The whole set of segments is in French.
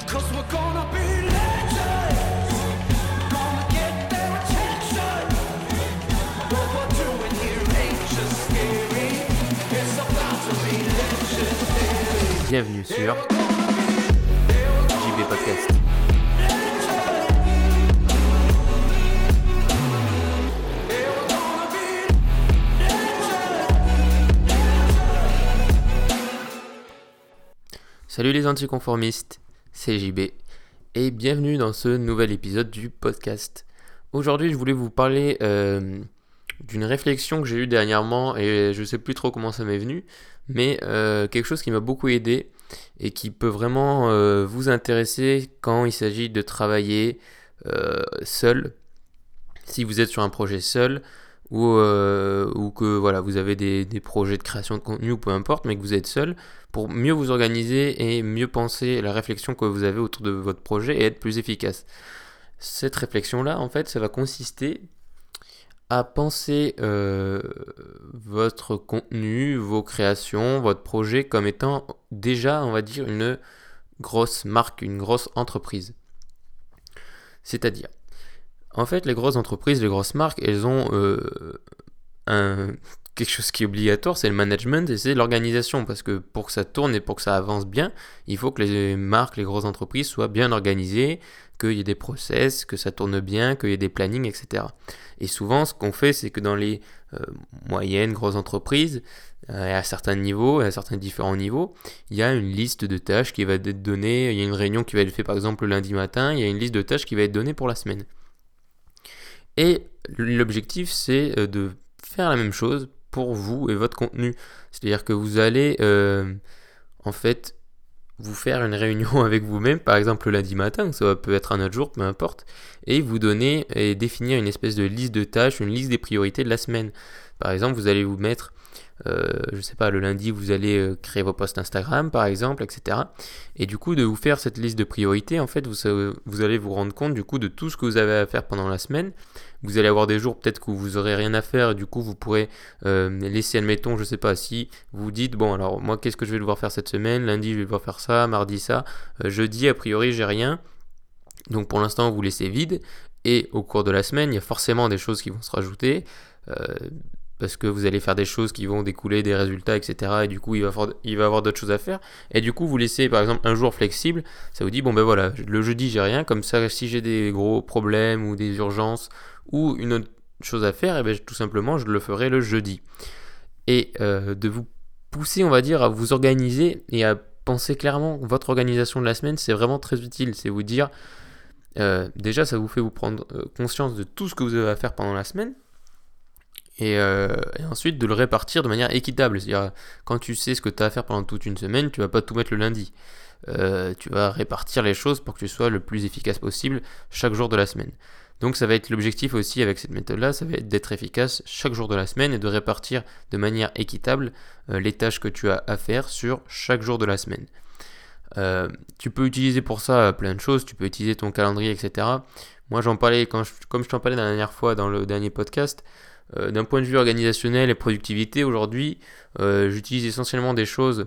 'Cause we're gonna be legends. Gonna get their attention. What we're doing here ain't just scary. It's about to be legendary. Bienvenue sur JB Podcast. Salut les anticonformistes, c'est JB et bienvenue dans ce nouvel épisode du podcast. Aujourd'hui je voulais vous parler d'une réflexion que j'ai eue dernièrement et je sais plus trop comment ça m'est venu, mais quelque chose qui m'a beaucoup aidé et qui peut vraiment vous intéresser quand il s'agit de travailler seul, si vous êtes sur un projet seul ou que voilà, vous avez des projets de création de contenu ou peu importe, mais que vous êtes seul, pour mieux vous organiser et mieux penser la réflexion que vous avez autour de votre projet et être plus efficace. Cette réflexion-là, en fait, ça va consister à penser votre contenu, vos créations, votre projet comme étant déjà, on va dire, une grosse marque, une grosse entreprise. C'est-à-dire, en fait, les grosses entreprises, les grosses marques, elles ont quelque chose qui est obligatoire, c'est le management et c'est l'organisation. Parce que pour que ça tourne et pour que ça avance bien, il faut que les marques, les grosses entreprises soient bien organisées, qu'il y ait des process, que ça tourne bien, qu'il y ait des plannings, etc. Et souvent, ce qu'on fait, c'est que dans les moyennes, grosses entreprises, à certains niveaux, à certains différents niveaux, il y a une liste de tâches qui va être donnée, il y a une réunion qui va être faite par exemple le lundi matin, il y a une liste de tâches qui va être donnée pour la semaine. Et l'objectif, c'est de faire la même chose pour vous et votre contenu. C'est-à-dire que vous allez, en fait, vous faire une réunion avec vous-même, par exemple le lundi matin, ça peut être un autre jour, peu importe, et vous donner et définir une espèce de liste de tâches, une liste des priorités de la semaine. Par exemple, vous allez vous mettre, je sais pas, le lundi, vous allez créer vos posts Instagram, par exemple, etc. Et du coup, de vous faire cette liste de priorités, en fait, vous allez vous rendre compte, du coup, de tout ce que vous avez à faire pendant la semaine. Vous allez avoir des jours peut-être que vous aurez rien à faire et du coup vous pourrez laisser, admettons, je sais pas, si vous dites bon alors moi qu'est-ce que je vais devoir faire cette semaine, lundi je vais devoir faire ça, mardi ça, jeudi a priori j'ai rien, donc pour l'instant vous laissez vide et au cours de la semaine il y a forcément des choses qui vont se rajouter parce que vous allez faire des choses qui vont découler des résultats, etc. Et du coup, il va y avoir d'autres choses à faire. Et du coup, vous laissez par exemple un jour flexible. Ça vous dit, bon ben voilà, le jeudi, j'ai rien. Comme ça, si j'ai des gros problèmes ou des urgences ou une autre chose à faire, et ben, tout simplement, je le ferai le jeudi. Et de vous pousser, on va dire, à vous organiser et à penser clairement votre organisation de la semaine, c'est vraiment très utile. C'est vous dire, déjà, ça vous fait vous prendre conscience de tout ce que vous avez à faire pendant la semaine. Et ensuite de le répartir de manière équitable. C'est-à-dire, quand tu sais ce que tu as à faire pendant toute une semaine, tu vas pas tout mettre le lundi. Tu vas répartir les choses pour que tu sois le plus efficace possible chaque jour de la semaine. Donc ça va être l'objectif aussi avec cette méthode-là, ça va être d'être efficace chaque jour de la semaine et de répartir de manière équitable les tâches que tu as à faire sur chaque jour de la semaine. Tu peux utiliser pour ça plein de choses, tu peux utiliser ton calendrier, etc. Moi j'en parlais, comme je t'en parlais la dernière fois dans le dernier podcast, d'un point de vue organisationnel et productivité, aujourd'hui, j'utilise essentiellement des choses,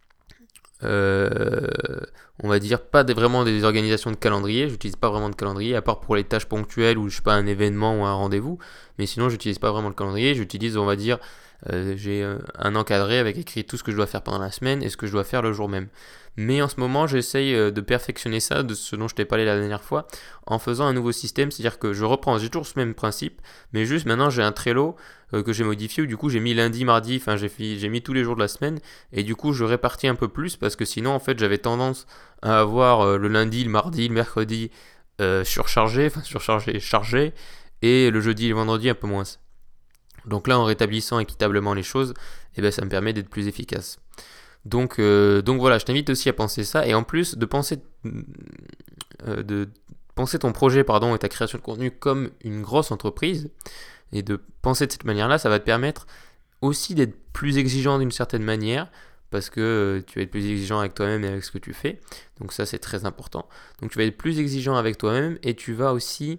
on va dire, pas vraiment des organisations de calendrier. J'utilise pas vraiment de calendrier, à part pour les tâches ponctuelles ou je sais pas, un événement ou un rendez-vous. Mais sinon, j'utilise pas vraiment le calendrier. J'utilise, on va dire, j'ai un encadré avec écrit tout ce que je dois faire pendant la semaine et ce que je dois faire le jour même. Mais en ce moment, j'essaye de perfectionner ça, de ce dont je t'ai parlé la dernière fois, en faisant un nouveau système, c'est-à-dire que j'ai toujours ce même principe, mais juste maintenant j'ai un Trello que j'ai modifié, où du coup j'ai mis lundi, mardi, enfin j'ai mis tous les jours de la semaine, et du coup je répartis un peu plus, parce que sinon en fait j'avais tendance à avoir le lundi, le mardi, le mercredi chargé, et le jeudi et le vendredi un peu moins. Donc là, en rétablissant équitablement les choses, ça me permet d'être plus efficace. Donc voilà, je t'invite aussi à penser ça, et en plus de penser ton projet et ta création de contenu comme une grosse entreprise, et de penser de cette manière-là, ça va te permettre aussi d'être plus exigeant d'une certaine manière, parce que tu vas être plus exigeant avec toi-même et avec ce que tu fais. Donc ça, c'est très important. Donc tu vas être plus exigeant avec toi-même, et tu vas aussi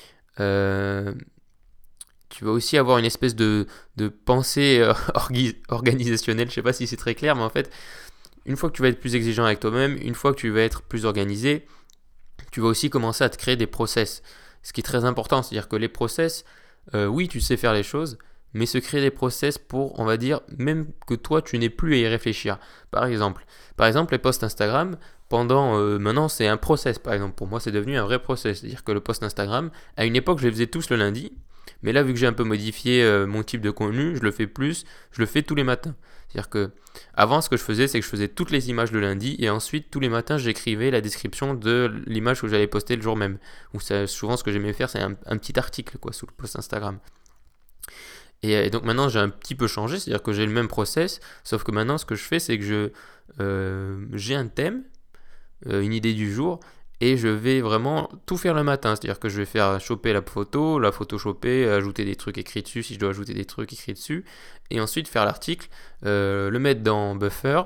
avoir une espèce de pensée organisationnelle. Je sais pas si c'est très clair, mais en fait, une fois que tu vas être plus exigeant avec toi-même, une fois que tu vas être plus organisé, tu vas aussi commencer à te créer des process. Ce qui est très important, c'est-à-dire que les process, oui, tu sais faire les choses, mais se créer des process pour, on va dire, même que toi, tu n'aies plus à y réfléchir. Par exemple, les posts Instagram, maintenant, c'est un process, par exemple. Pour moi, c'est devenu un vrai process. C'est-à-dire que le post Instagram, à une époque, je les faisais tous le lundi, mais là, vu que j'ai un peu modifié mon type de contenu, je le fais tous les matins. C'est-à-dire que avant, ce que je faisais, c'est que je faisais toutes les images le lundi et ensuite, tous les matins, j'écrivais la description de l'image que j'allais poster le jour même. Ou souvent, ce que j'aimais faire, c'est un petit article quoi, sous le post Instagram. Et donc maintenant, j'ai un petit peu changé, c'est-à-dire que j'ai le même process, sauf que maintenant, ce que je fais, c'est que j'ai un thème, une idée du jour, et je vais vraiment tout faire le matin. C'est-à-dire que je vais faire choper la photoshopper, ajouter des trucs écrits dessus si je dois ajouter des trucs écrits dessus, et ensuite faire l'article, le mettre dans Buffer,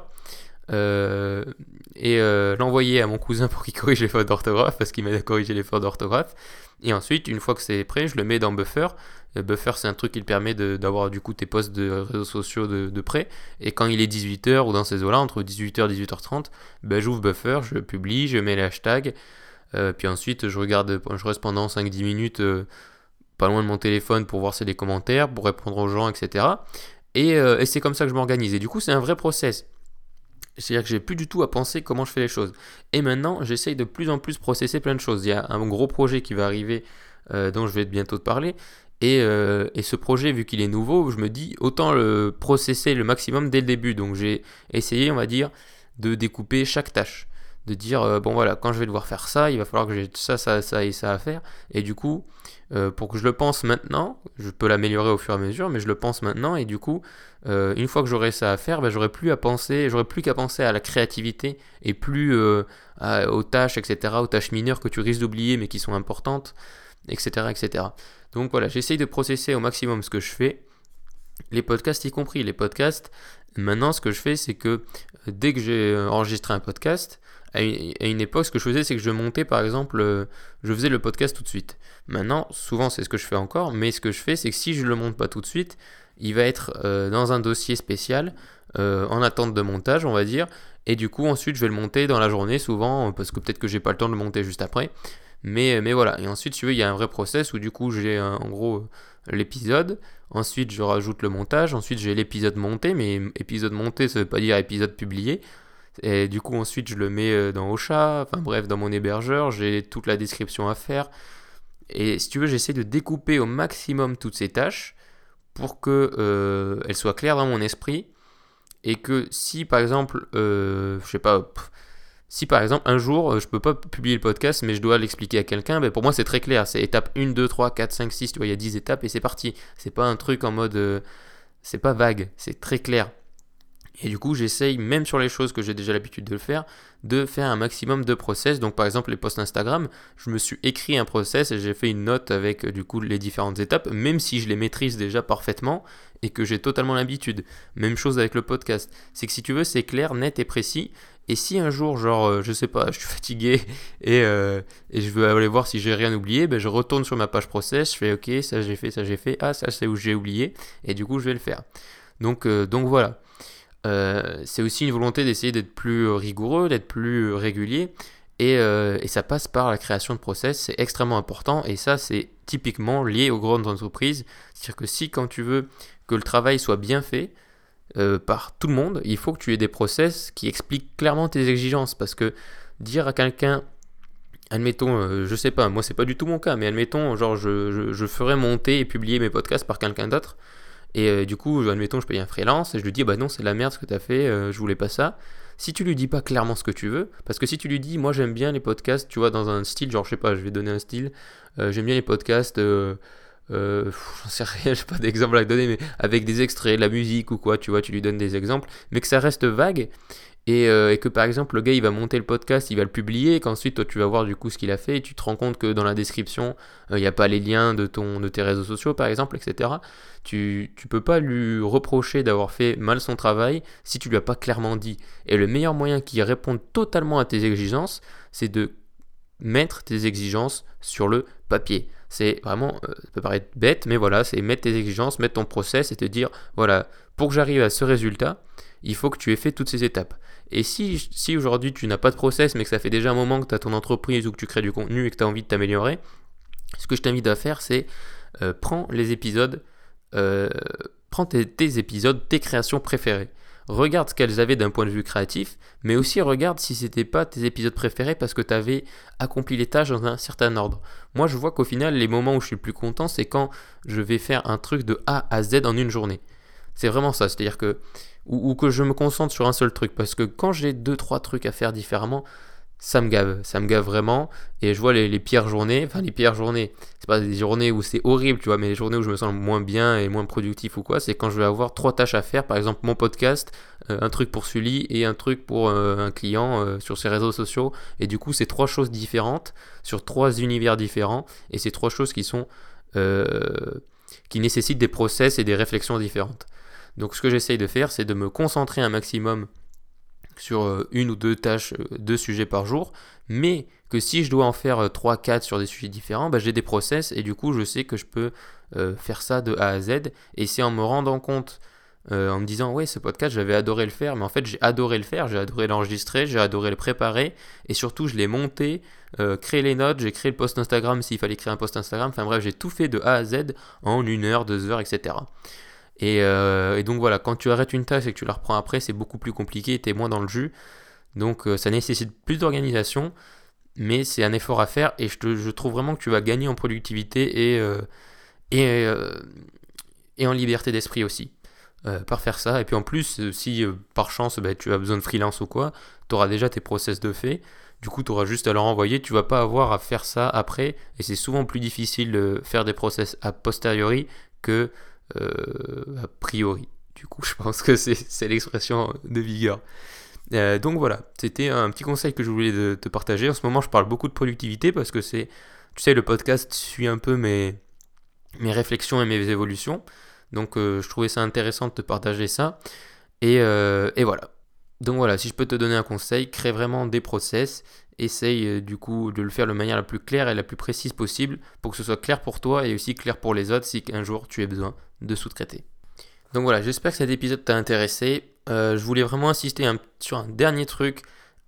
l'envoyer à mon cousin pour qu'il corrige les fautes d'orthographe, parce qu'il m'aide à corriger les fautes d'orthographe. Et ensuite, une fois que c'est prêt, je le mets dans Buffer. Buffer, c'est un truc qui te permet d'avoir du coup tes posts de réseaux sociaux de près. Et quand il est 18h ou dans ces eaux-là, entre 18h et 18h30, j'ouvre Buffer, je publie, je mets les hashtags. Puis ensuite, je reste pendant 5-10 minutes pas loin de mon téléphone pour voir s'il y a des commentaires, pour répondre aux gens, etc. Et c'est comme ça que je m'organise. Et du coup, c'est un vrai process. C'est-à-dire que j'ai plus du tout à penser comment je fais les choses. Et maintenant, j'essaye de plus en plus processer plein de choses. Il y a un gros projet qui va arriver dont je vais bientôt te parler. Et ce projet, vu qu'il est nouveau, je me dis autant le processer le maximum dès le début. Donc j'ai essayé, on va dire, de découper chaque tâche. De dire, bon voilà, quand je vais devoir faire ça, il va falloir que j'ai ça et ça à faire. Et du coup, pour que je le pense maintenant, je peux l'améliorer au fur et à mesure, mais je le pense maintenant. Et du coup, une fois que j'aurai ça à faire, j'aurai plus qu'à penser à la créativité et plus aux tâches, etc., aux tâches mineures que tu risques d'oublier mais qui sont importantes, etc., etc. Donc voilà, j'essaye de processer au maximum ce que je fais, les podcasts y compris. Les podcasts, maintenant ce que je fais, c'est que dès que j'ai enregistré un podcast, à une époque, ce que je faisais, c'est que je montais, par exemple, je faisais le podcast tout de suite. Maintenant, souvent, c'est ce que je fais encore, mais ce que je fais, c'est que si je ne le monte pas tout de suite, il va être dans un dossier spécial, en attente de montage, on va dire, et du coup, ensuite, je vais le monter dans la journée, souvent, parce que peut-être que j'ai pas le temps de le monter juste après. Mais voilà, et ensuite, si tu veux, il y a un vrai process où du coup, j'ai en gros l'épisode, ensuite, je rajoute le montage, ensuite, j'ai l'épisode monté, mais épisode monté, ça veut pas dire épisode publié. Et du coup, ensuite, je le mets dans Ocha, enfin bref, dans mon hébergeur, j'ai toute la description à faire. Et si tu veux, j'essaie de découper au maximum toutes ces tâches pour que elles soient claires dans mon esprit. Et que si, par exemple, je sais pas, si par exemple, un jour, je peux pas publier le podcast, mais je dois l'expliquer à quelqu'un, pour moi, c'est très clair. C'est étape 1, 2, 3, 4, 5, 6, tu vois, il y a 10 étapes et c'est parti. C'est pas un truc en mode... c'est pas vague, c'est très clair. Et du coup, j'essaye, même sur les choses que j'ai déjà l'habitude de faire un maximum de process. Donc, par exemple, les posts Instagram, je me suis écrit un process et j'ai fait une note avec, du coup, les différentes étapes, même si je les maîtrise déjà parfaitement et que j'ai totalement l'habitude. Même chose avec le podcast. C'est que si tu veux, c'est clair, net et précis. Et si un jour, genre, je sais pas, je suis fatigué et je veux aller voir si j'ai rien oublié, je retourne sur ma page process, je fais ok, ça j'ai fait, ah, ça c'est où j'ai oublié, et du coup, je vais le faire. Donc voilà. C'est aussi une volonté d'essayer d'être plus rigoureux, d'être plus régulier, et ça passe par la création de process. C'est extrêmement important, et ça c'est typiquement lié aux grandes entreprises. C'est-à-dire que si, quand tu veux que le travail soit bien fait par tout le monde, il faut que tu aies des process qui expliquent clairement tes exigences, parce que dire à quelqu'un, admettons, je sais pas, moi c'est pas du tout mon cas, mais admettons, genre je ferais monter et publier mes podcasts par quelqu'un d'autre. Et du coup, admettons, je paye un freelance et je lui dis, bah non, c'est de la merde ce que t'as fait, je voulais pas ça. Si tu lui dis pas clairement ce que tu veux, parce que si tu lui dis, moi j'aime bien les podcasts, tu vois, dans un style, genre je sais pas, je vais donner un style, j'aime bien les podcasts, j'en sais rien, j'ai pas d'exemple à te donner, mais avec des extraits, de la musique ou quoi, tu vois, tu lui donnes des exemples, mais que ça reste vague. Et que par exemple le gars il va monter le podcast, il va le publier, et qu'ensuite toi tu vas voir du coup ce qu'il a fait, et tu te rends compte que dans la description il n'y a pas les liens de tes réseaux sociaux par exemple, etc. Tu peux pas lui reprocher d'avoir fait mal son travail si tu lui as pas clairement dit. Et le meilleur moyen qu'il réponde totalement à tes exigences, c'est de mettre tes exigences sur le papier. C'est vraiment, ça peut paraître bête, mais voilà, c'est mettre tes exigences, mettre ton process et te dire, voilà, pour que j'arrive à ce résultat, il faut que tu aies fait toutes ces étapes. Et si aujourd'hui tu n'as pas de process, mais que ça fait déjà un moment que tu as ton entreprise ou que tu crées du contenu et que tu as envie de t'améliorer, ce que je t'invite à faire, c'est prends les épisodes, prends tes épisodes, tes créations préférées. Regarde ce qu'elles avaient d'un point de vue créatif, mais aussi regarde si c'était pas tes épisodes préférés parce que tu avais accompli les tâches dans un certain ordre. Moi, je vois qu'au final, les moments où je suis le plus content, c'est quand je vais faire un truc de A à Z en une journée. C'est vraiment ça, c'est-à-dire que ou que je me concentre sur un seul truc, parce que quand j'ai 2-3 trucs à faire différemment, ça me gave vraiment, et je vois les pires journées, c'est pas des journées où c'est horrible, tu vois, mais les journées où je me sens moins bien et moins productif ou quoi, c'est quand je vais avoir 3 tâches à faire, par exemple mon podcast, un truc pour Sully et un truc pour un client sur ses réseaux sociaux, et du coup c'est 3 choses différentes, sur 3 univers différents, et c'est 3 choses qui nécessitent des process et des réflexions différentes. Donc ce que j'essaye de faire, c'est de me concentrer un maximum sur une ou deux tâches, 2 sujets par jour, mais que si je dois en faire 3-4 sur des sujets différents, j'ai des process et du coup je sais que je peux faire ça de A à Z, et c'est en me rendant compte, en me disant ouais, ce podcast j'avais adoré le faire, mais en fait j'ai adoré le faire, j'ai adoré l'enregistrer, j'ai adoré le préparer, et surtout je l'ai monté, créé les notes, j'ai créé le post Instagram s'il fallait créer un post Instagram, enfin bref, j'ai tout fait de A à Z en 1 heure, 2 heures, etc. Et donc voilà, quand tu arrêtes une tâche et que tu la reprends après, c'est beaucoup plus compliqué, tu es moins dans le jus. Donc ça nécessite plus d'organisation, mais c'est un effort à faire, et je trouve vraiment que tu vas gagner en productivité et en liberté d'esprit aussi par faire ça. Et puis en plus, si par chance tu as besoin de freelance ou quoi, tu auras déjà tes process de fait. Du coup, tu auras juste à leur envoyer, tu vas pas avoir à faire ça après, et c'est souvent plus difficile de faire des process a posteriori que a priori. Du coup, je pense que c'est l'expression de vigueur. Donc voilà, c'était un petit conseil que je voulais te partager. En ce moment, je parle beaucoup de productivité parce que tu sais, le podcast suit un peu mes réflexions et mes évolutions. Donc je trouvais ça intéressant de te partager ça. Et voilà. Donc voilà, si je peux te donner un conseil, crée vraiment des process. Essaye du coup de le faire de manière la plus claire et la plus précise possible pour que ce soit clair pour toi et aussi clair pour les autres si un jour tu as besoin de sous-traiter. Donc voilà, j'espère que cet épisode t'a intéressé. Je voulais vraiment insister sur un dernier truc.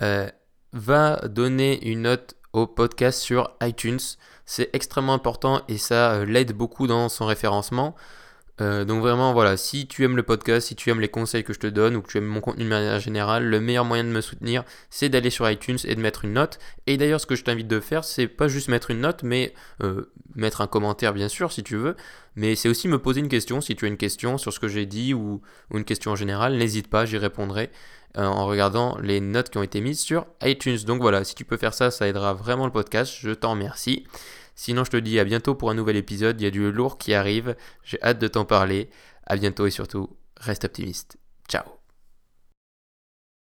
Va donner une note au podcast sur iTunes. C'est extrêmement important et ça l'aide beaucoup dans son référencement. Donc vraiment voilà, si tu aimes le podcast, si tu aimes les conseils que je te donne ou que tu aimes mon contenu de manière générale, le meilleur moyen de me soutenir, c'est d'aller sur iTunes et de mettre une note. Et d'ailleurs, ce que je t'invite de faire, c'est pas juste mettre une note, mais mettre un commentaire bien sûr si tu veux, mais c'est aussi me poser une question. Si tu as une question sur ce que j'ai dit ou une question en général, n'hésite pas, j'y répondrai en regardant les notes qui ont été mises sur iTunes. Donc voilà, si tu peux faire ça, ça aidera vraiment le podcast, je t'en remercie. Sinon, je te dis à bientôt pour un nouvel épisode. Il y a du lourd qui arrive. J'ai hâte de t'en parler. À bientôt et surtout, reste optimiste. Ciao.